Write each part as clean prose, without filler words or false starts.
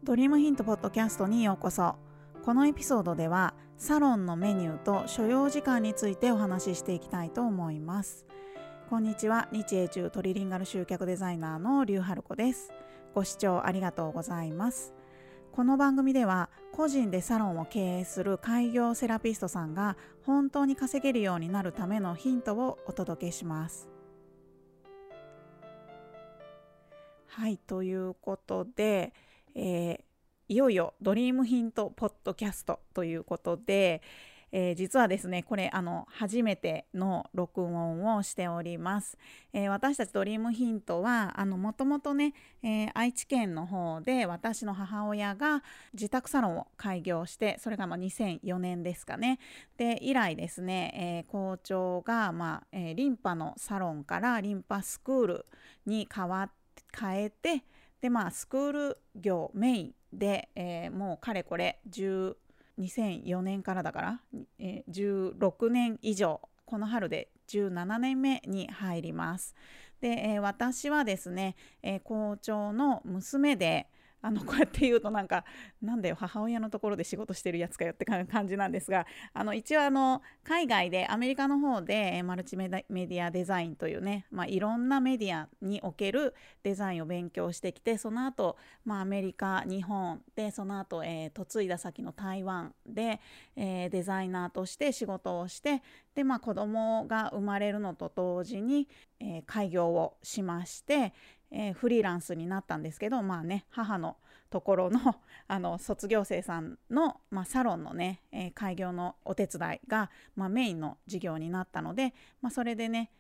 ドリームヒントポッドキャストにようこそ。このエピソードではサロンのメニューと所要時間についてお話ししていきたいと思います。こんにちは、日英中トリリンガル集客デザイナーの劉春子です。ご視聴ありがとうございます。この番組では個人でサロンを経営する開業セラピストさんが本当に稼げるようになるためのヒントをお届けします。はい、ということで、いよいよドリームヒントポッドキャストということで、実はですねこれ初めての録音をしております。私たちドリームヒントはもともとね、愛知県の方で私の母親が自宅サロンを開業して、それが2004年ですかね。で以来ですね、校長が、リンパのサロンからリンパスクールに変えて、でスクール業メインで、もうかれこれ2004年からだから、16年以上、この春で17年目に入ります。で、私はですね、校長の娘で、こうやって言うとなんだよ母親のところで仕事してるやつかよって感じなんですが、一応海外でアメリカの方でマルチメディアデザインというね、いろんなメディアにおけるデザインを勉強してきて、その後、アメリカ日本で、その後、嫁いだ先の台湾で、デザイナーとして仕事をして、で子供が生まれるのと同時に、開業をしまして、フリーランスになったんですけど、母のところの、卒業生さんの、サロンのね、開業のお手伝いが、メインの事業になったので、それでね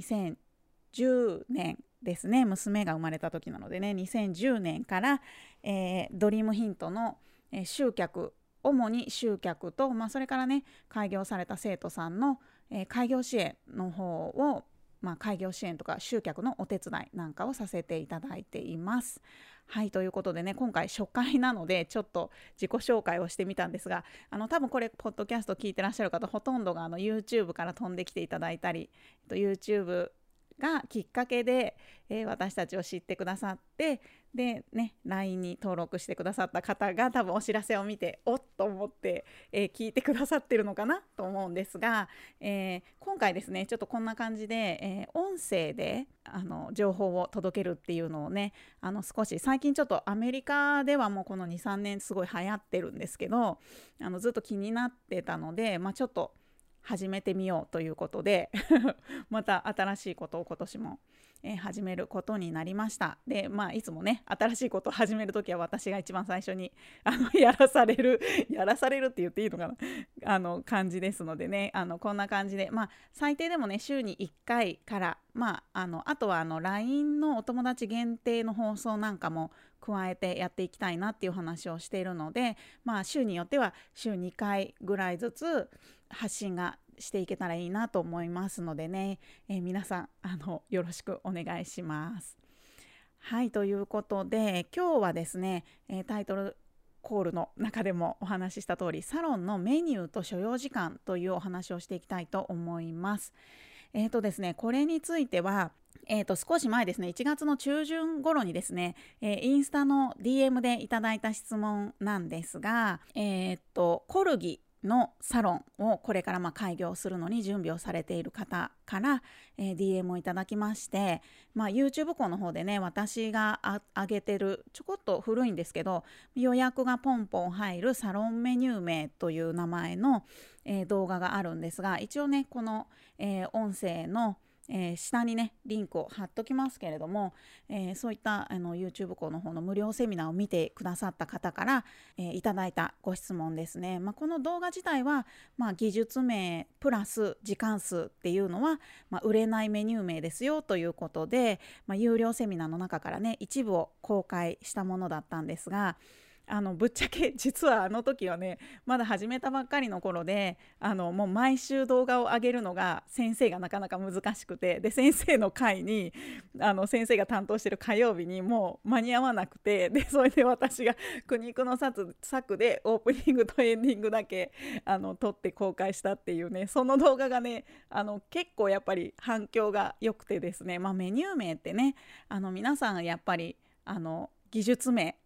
2010年ですね、娘が生まれた時なのでね、2010年から、ドリームヒントの、主に集客と、それからね開業された生徒さんの、開業支援の方を、開業支援とか集客のお手伝いなんかをさせていただいています。はい、ということでね、今回初回なのでちょっと自己紹介をしてみたんですが、多分これポッドキャスト聞いてらっしゃる方ほとんどがYouTube から飛んできていただいたり、YouTube がきっかけで、私たちを知ってくださって、でね LINE に登録してくださった方が多分お知らせを見ておっと思って、聞いてくださってるのかなと思うんですが、今回ですねちょっとこんな感じで、音声で情報を届けるっていうのをね、少し最近ちょっとアメリカではもうこの 2,3 年すごい流行ってるんですけど、ずっと気になってたので、ちょっと始めてみようということでまた新しいことを今年も、始めることになりました。でいつもね新しいことを始めるときは私が一番最初にやらされるって言っていいのかな感じですのでね、こんな感じで最低でもね週に1回からあとはLINE のお友達限定の放送なんかも加えてやっていきたいなっていう話をしているので、週によっては週2回ぐらいずつ発信がしていけたらいいなと思いますのでね、皆さんよろしくお願いします。はい、ということで今日はですね、タイトルコールの中でもお話しした通り、サロンのメニューと所要時間というお話をしていきたいと思います。ですね、これについては少し前ですね、1月の中旬頃にですね、インスタの DM でいただいた質問なんですが、コルギのサロンをこれから開業するのに準備をされている方から、DM をいただきまして、YouTube 校の方でね私が上げてるちょこっと古いんですけど、予約がポンポン入るサロンメニュー名という名前の、動画があるんですが、一応ねこの、音声の下にねリンクを貼っときますけれども、そういったYouTube 校の方の無料セミナーを見てくださった方から、いただいたご質問ですね。この動画自体は、技術名プラス時間数っていうのは、売れないメニュー名ですよということで、有料セミナーの中からね一部を公開したものだったんですが、ぶっちゃけ実はあの時はねまだ始めたばっかりの頃で、もう毎週動画を上げるのが先生がなかなか難しくて、で先生の会に先生が担当してる火曜日にもう間に合わなくて、でそれで私が苦肉の策でオープニングとエンディングだけ撮って公開したっていうね、その動画がね結構やっぱり反響が良くてですね、メニュー名ってね皆さんやっぱり技術名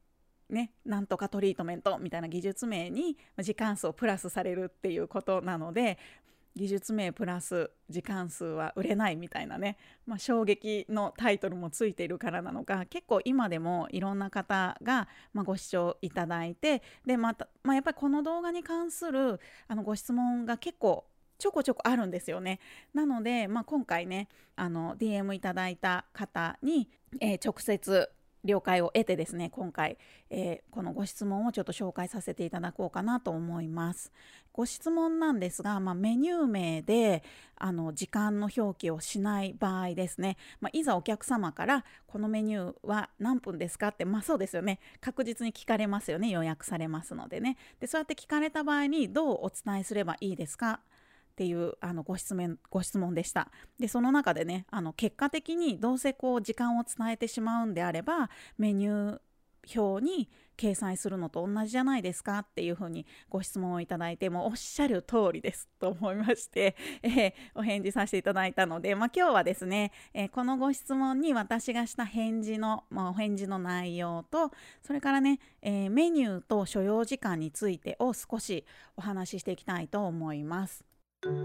なんとかトリートメントみたいな技術名に時間数をプラスされるっていうことなので、技術名プラス時間数は売れないみたいなね、衝撃のタイトルもついているからなのか、結構今でもいろんな方が、ご視聴いただいて、でまた、やっぱりこの動画に関するご質問が結構ちょこちょこあるんですよね。なので、今回ねDM いただいた方に、直接了解を得てですね、今回、このご質問をちょっと紹介させていただこうかなと思います。ご質問なんですが、メニュー名で時間の表記をしない場合ですね、いざお客様からこのメニューは何分ですかって、そうですよね、確実に聞かれますよね、予約されますのでね。でそうやって聞かれた場合にどうお伝えすればいいですかっていうご質問でした。でその中でね、結果的にどうせ時間を伝えてしまうんであれば、メニュー表に掲載するのと同じじゃないですかっていうふうにご質問をいただいて、もうおっしゃる通りですと思いまして、お返事させていただいたので、今日はですね、このご質問に私がした返事の内容と、それからね、メニューと所要時間についてを少しお話ししていきたいと思います。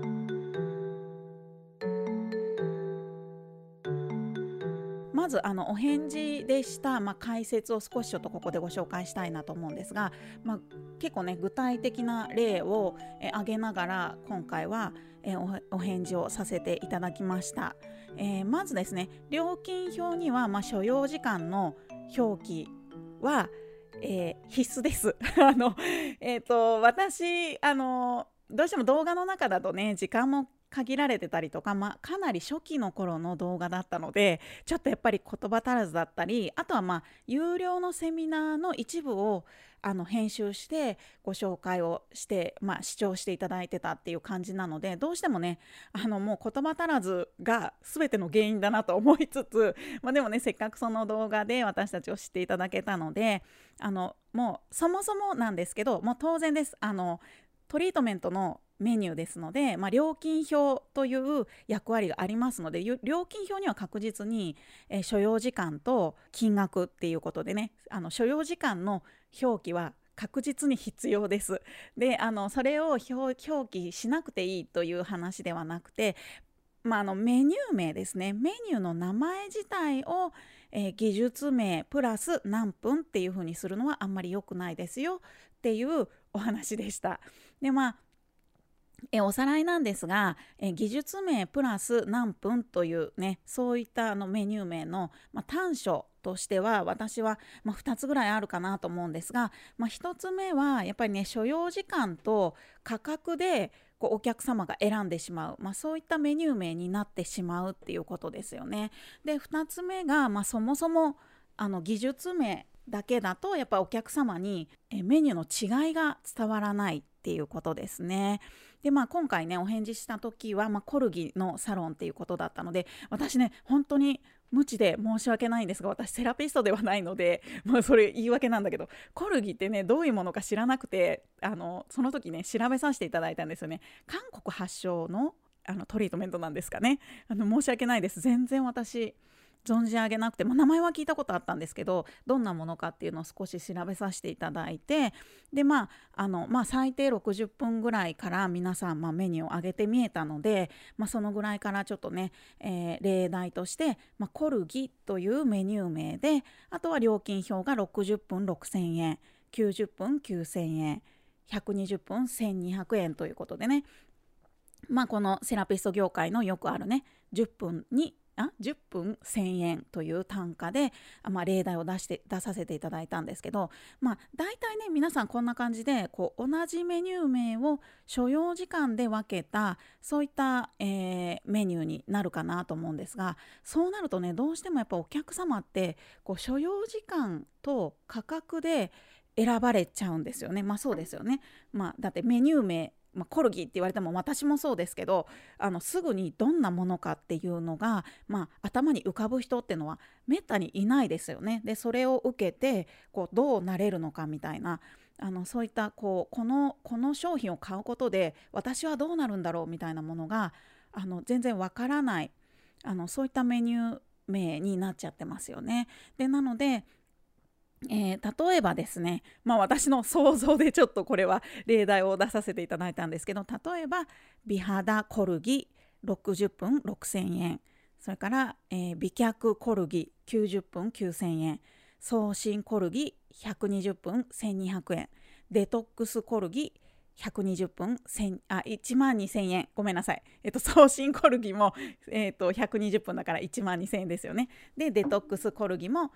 まずお返事でした、解説を少しちょっとここでご紹介したいなと思うんですが、結構ね具体的な例を挙げながら今回はお返事をさせていただきました。まずですね、料金表には所要時間の表記は、必須です。私どうしても動画の中だとね、時間も限られてたりとか、かなり初期の頃の動画だったので、ちょっとやっぱり言葉足らずだったり、あとは有料のセミナーの一部を編集してご紹介をして、視聴していただいてたっていう感じなので、どうしてもねもう言葉足らずが全ての原因だなと思いつつ、でもね、せっかくその動画で私たちを知っていただけたので、もうそもそもなんですけど、もう当然です。トリートメントのメニューですので、料金表という役割がありますので、料金表には確実に、所要時間と金額っていうことでね、所要時間の表記は確実に必要です。でそれを表記しなくていいという話ではなくて、メニュー名ですね、メニューの名前自体を、技術名プラス何分っていう風にするのはあんまり良くないですよっていうお話でした。でおさらいなんですが、技術名プラス何分というね、そういったメニュー名の、短所としては私は、2つぐらいあるかなと思うんですが、1つ目はやっぱりね、所要時間と価格でお客様が選んでしまう、そういったメニュー名になってしまうっていうことですよね。で2つ目が、そもそも技術名だけだとやっぱお客様にメニューの違いが伝わらないっていうことですね。で今回ねお返事した時は、コルギのサロンっていうことだったので、私ね本当に無知で申し訳ないんですが、私セラピストではないので、それ言い訳なんだけど、コルギってねどういうものか知らなくて、その時ね調べさせていただいたんですよね。韓国発祥のトリートメントなんですかね。申し訳ないです、全然私存じ上げなくて、名前は聞いたことあったんですけど、どんなものかっていうのを少し調べさせていただいて、で最低60分ぐらいから皆さんメニューを上げてみえたので、そのぐらいからちょっとね、例題として、コルギというメニュー名で、あとは料金表が60分6000円、90分9000円、120分1200円ということでね、このセラピスト業界のよくあるね、10分1000円という単価で、例題を出させていただいたんですけど、大体ね皆さんこんな感じで同じメニュー名を所要時間で分けた、そういった、メニューになるかなと思うんですが、そうなるとね、どうしてもやっぱお客様って所要時間と価格で選ばれちゃうんですよね。そうですよね。だってメニュー名コルギって言われても、私もそうですけど、すぐにどんなものかっていうのが、頭に浮かぶ人っていうのはめったにいないですよね。でそれを受けてどうなれるのかみたいな、そういったこの商品を買うことで私はどうなるんだろうみたいなものが全然わからない、そういったメニュー名になっちゃってますよね。でなので例えばですね、私の想像でちょっとこれは例題を出させていただいたんですけど、例えば美肌コルギ60分6000円、それから、美脚コルギ90分9000円、送信コルギ120分1200円、デトックスコルギ120分1万2000円、ごめんなさい、送信コルギも、120分だから1万2000円ですよね。でデトックスコルギも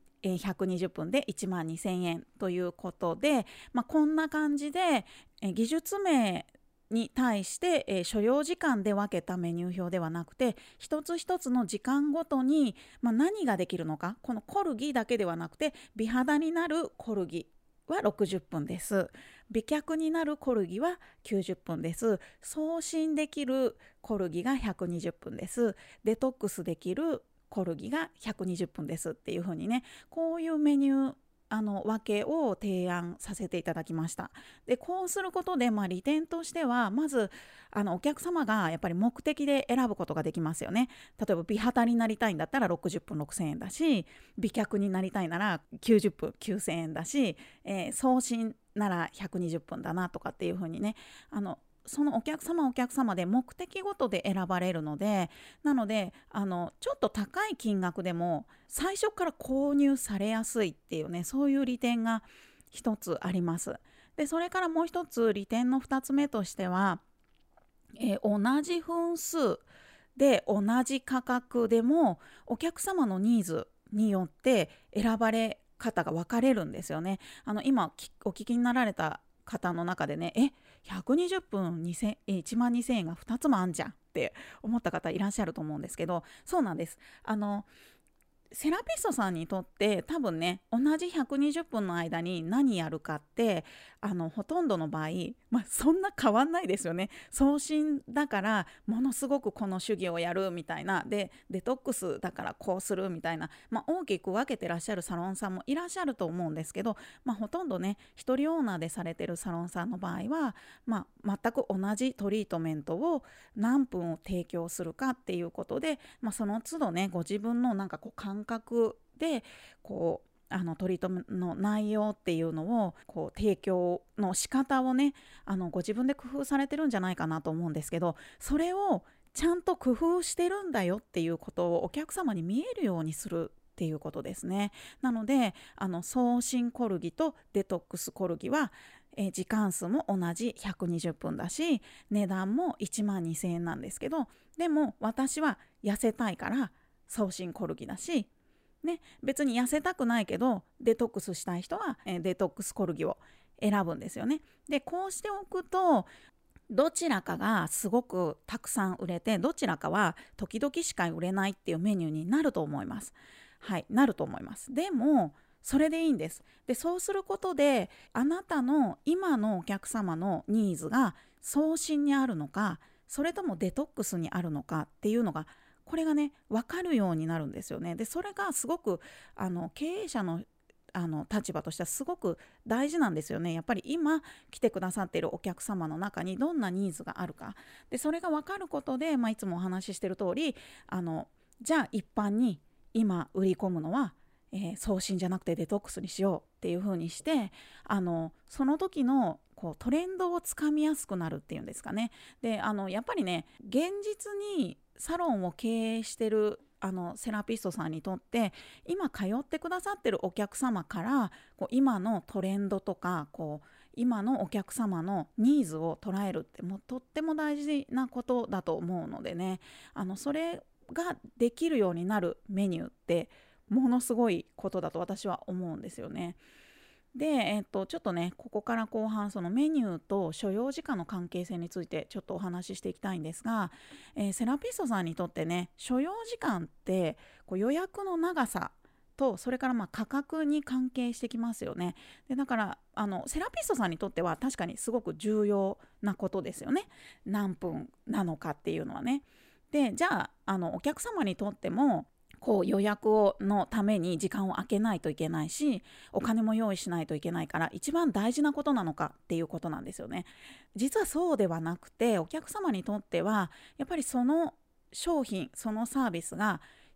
120分で1万2000円ということで、こんな感じで、技術名に対して、所要時間で分けたメニュー表ではなくて、一つ一つの時間ごとに、何ができるのか、このコルギだけではなくて、美肌になるコルギは60分です。美脚になるコルギは90分です。送信できるコルギが120分です。デトックスできるコルギが120分ですっていう風にね、こういうメニュー分けを提案させていただきました。でこうすることで、利点としては、まずお客様がやっぱり目的で選ぶことができますよね。例えば美肌になりたいんだったら60分6000円だし、美脚になりたいなら90分9000円だし、送信なら120分だなとかっていう風にね、そのお客様で目的ごとで選ばれるので、なのでちょっと高い金額でも最初から購入されやすいっていうね、そういう利点が一つあります。でそれからもう一つ利点の2つ目としては、同じ分数で同じ価格でもお客様のニーズによって選ばれ方が分かれるんですよね。今お聞きになられた方の中でね、120分1万2000円が2つもあんじゃんって思った方いらっしゃると思うんですけど、そうなんです。セラピストさんにとって多分ね、同じ120分の間に何やるかってほとんどの場合、そんな変わんないですよね。送信だからものすごくこの主義をやるみたいな、でデトックスだからこうするみたいな、大きく分けてらっしゃるサロンさんもいらっしゃると思うんですけど、ほとんどね一人オーナーでされてるサロンさんの場合は、全く同じトリートメントを何分を提供するかっていうことで、その都度ねご自分の感覚でトリートメントの内容っていうのを提供の仕方をねご自分で工夫されてるんじゃないかなと思うんですけど、それをちゃんと工夫してるんだよっていうことをお客様に見えるようにするっていうことですね。なので送信コルギとデトックスコルギは時間数も同じ120分だし、値段も1万2000円なんですけど、でも私は痩せたいから送信コルギだし、別に痩せたくないけどデトックスしたい人はデトックスコルギを選ぶんですよね。でこうしておくと、どちらかがすごくたくさん売れて、どちらかは時々しか売れないっていうメニューになると思います。はい、なると思います。でもそれでいいんです。でそうすることで、あなたの今のお客様のニーズが送信にあるのか、それともデトックスにあるのかっていうのが、これがね分かるようになるんですよね。でそれがすごく経営者の立場としてはすごく大事なんですよね。やっぱり今来てくださっているお客様の中にどんなニーズがあるか、でそれが分かることで、いつもお話ししている通り、じゃあ一般に今売り込むのは送信じゃなくてデトックスにしようっていう風にして、その時のトレンドをつかみやすくなるっていうんですかね。でやっぱりね、現実にサロンを経営してるセラピストさんにとって、今通ってくださってるお客様から今のトレンドとか今のお客様のニーズを捉えるってもうとっても大事なことだと思うのでね、それができるようになるメニューってものすごいことだと私は思うんですよね。で、ちょっとねここから後半、そのメニューと所要時間の関係性についてちょっとお話ししていきたいんですが、セラピストさんにとってね、所要時間って予約の長さと、それから価格に関係してきますよね。でだからセラピストさんにとっては確かにすごく重要なことですよね。何分なのかっていうのはね。でじゃあお客様にとっても予約のために時間を空けないといけないし、お金も用意しないといけないから、一番大事なことなのかっていうことなんですよね。実はそうではなくて、お客様にとってはやっぱりその商品そのサービスが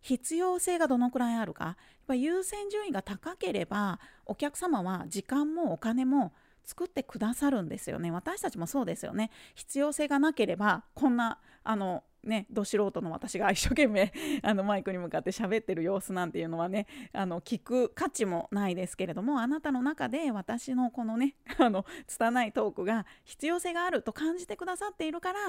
必要性がどのくらいあるか、やっぱ優先順位が高ければお客様は時間もお金も作ってくださるんですよね。私たちもそうですよね。必要性がなければこんなど素人の私が一生懸命マイクに向かって喋ってる様子なんていうのはね、聞く価値もないですけれども、あなたの中で私のこのね拙いトークが必要性があると感じてくださっているから、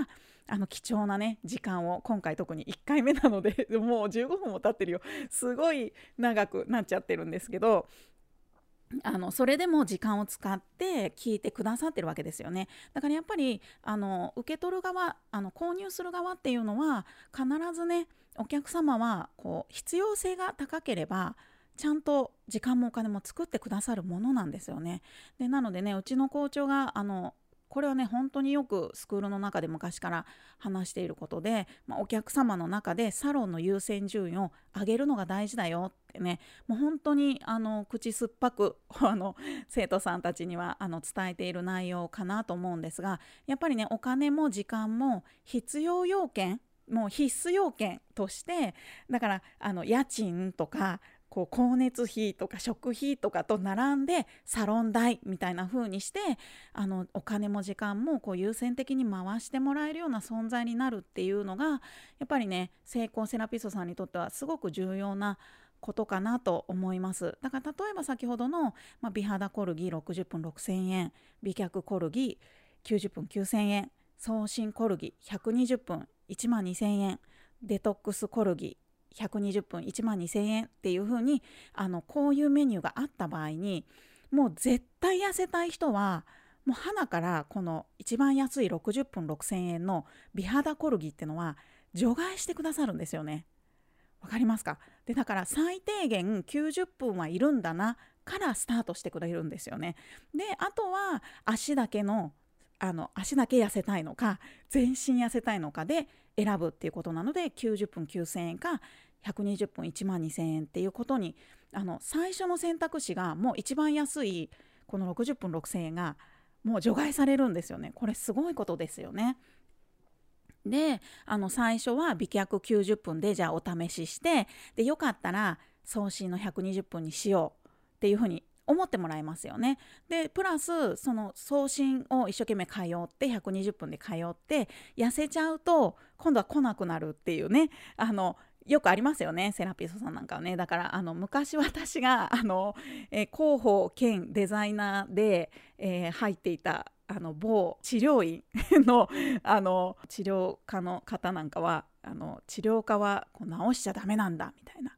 貴重なね時間を、今回特に1回目なのでもう15分も経ってるよ、すごい長くなっちゃってるんですけど、それでも時間を使って聞いてくださってるわけですよね。だからやっぱり受け取る側、購入する側っていうのは必ずね、お客様はこう必要性が高ければちゃんと時間もお金も作ってくださるものなんですよね。でなのでね、うちの校長がこれはね本当によくスクールの中で昔から話していることで、お客様の中でサロンの優先順位を上げるのが大事だよってね、もう本当に口酸っぱく生徒さんたちには伝えている内容かなと思うんですが、やっぱりねお金も時間も必要要件、もう必須要件として、だから家賃とかこう光熱費とか食費とかと並んでサロン代みたいな風にして、お金も時間もこう優先的に回してもらえるような存在になるっていうのがやっぱりね、成功セラピストさんにとってはすごく重要なことかなと思います。だから例えば先ほどの、美肌コルギ60分6000円、美脚コルギ90分9000円、送信コルギ120分1万2000円、デトックスコルギ120分1万2000円っていう風にこういうメニューがあった場合に、もう絶対痩せたい人はもう鼻からこの一番安い60分6000円の美肌コルギっていうのは除外してくださるんですよね。わかりますか？でだから最低限90分はいるんだなからスタートしてくれるんですよね。であとは足だけ痩せたいのか全身痩せたいのかで選ぶっていうことなので、90分9000円か120分1万2000円っていうことに最初の選択肢がもう一番安いこの60分6000円がもう除外されるんですよね。これすごいことですよね。で最初は美脚90分でじゃあお試しして、でよかったら送信の120分にしようっていうふうに思ってもらえますよね。でプラスその送信を一生懸命通って120分で通って痩せちゃうと今度は来なくなるっていうね、よくありますよね、セラピストさんなんかはね。だから昔私が広報兼デザイナーで、入っていた某治療院の治療家の方なんかは治療家はこう治しちゃダメなんだみたいな、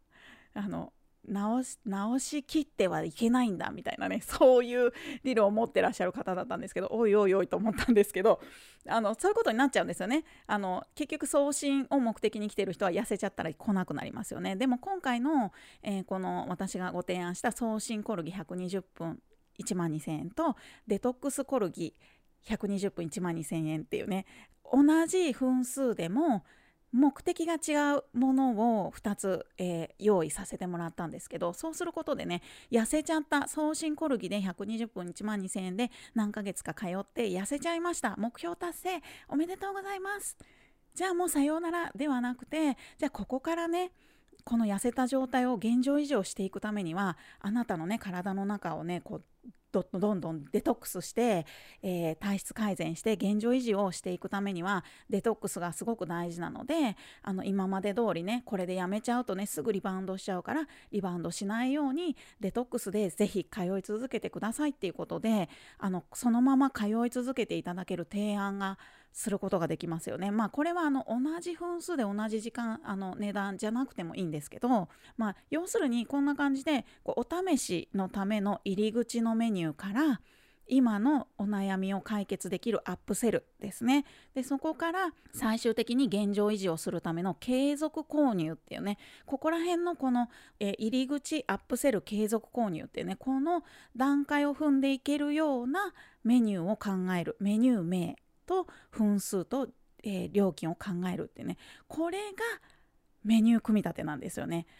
治しきってはいけないんだみたいなね、そういう理論を持ってらっしゃる方だったんですけど、おいおいおいと思ったんですけど、そういうことになっちゃうんですよね。結局送信を目的に来てる人は痩せちゃったら来なくなりますよね。でも今回の、この私がご提案した送信コルギ120分1万2000円とデトックスコルギ120分1万2000円っていうね、同じ分数でも目的が違うものを2つ、用意させてもらったんですけど、そうすることでね、痩せちゃった送信コルギで120分1万2000円で何ヶ月か通って痩せちゃいました、目標達成おめでとうございます、じゃあもうさようならではなくて、じゃあここからねこの痩せた状態を現状維持をしていくためには、あなたのね体の中をねこうどんどんデトックスして、体質改善して現状維持をしていくためにはデトックスがすごく大事なので、今まで通りねこれでやめちゃうとねすぐリバウンドしちゃうから、リバウンドしないようにデトックスでぜひ通い続けてくださいっていうことで、そのまま通い続けていただける提案がすることができますよね。これは同じ分数で同じ時間値段じゃなくてもいいんですけど、要するにこんな感じでお試しのための入り口のメニューから今のお悩みを解決できるアップセルですね。でそこから最終的に現状維持をするための継続購入っていうね、ここら辺のこの、入り口アップセル継続購入っていうね、この段階を踏んでいけるようなメニューを考える、メニュー名と分数と、料金を考えるってね、これがメニュー組み立てなんですよね。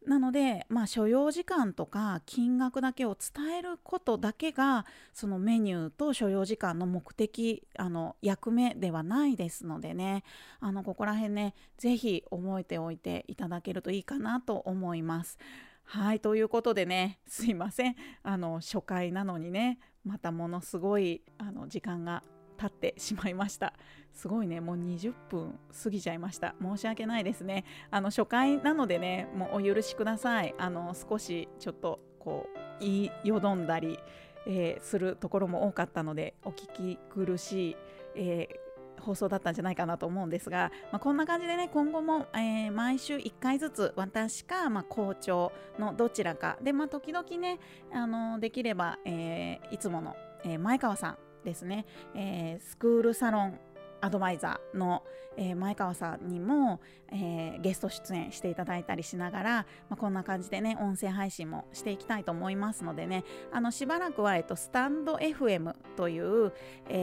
なので、所要時間とか金額だけを伝えることだけがそのメニューと所要時間の目的、役目ではないですのでね、ここら辺ね、ぜひ覚えておいていただけるといいかなと思います。はい、ということでね、すいません。初回なのにね、またものすごい時間が経ってしまいました。すごいね、もう20分過ぎちゃいました。申し訳ないですね。初回なのでね、もうお許しください。少しちょっとこう言いよどんだり、するところも多かったので、お聞き苦しい、放送だったんじゃないかなと思うんですが、こんな感じでね、今後も、毎週1回ずつ私か、校長のどちらかで、時々ね、できれば、いつもの、前川さんですね、スクールサロンアドバイザーの、前川さんにも、ゲスト出演していただいたりしながら、こんな感じでね、音声配信もしていきたいと思いますのでね、しばらくは、スタンド FM という、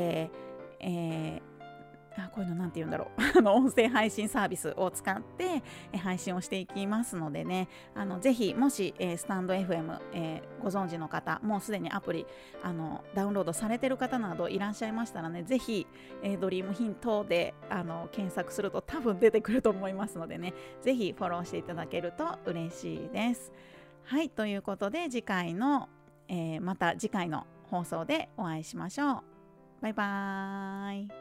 こういうのなんて言うんだろう音声配信サービスを使って配信をしていきますのでね、ぜひもし、スタンド FM、ご存知の方、もうすでにアプリダウンロードされてる方などいらっしゃいましたらね、ぜひ、ドリームヒントで検索すると多分出てくると思いますのでね、ぜひフォローしていただけると嬉しいです。はい、ということで次回の、また次回の放送でお会いしましょう。バイバーイ。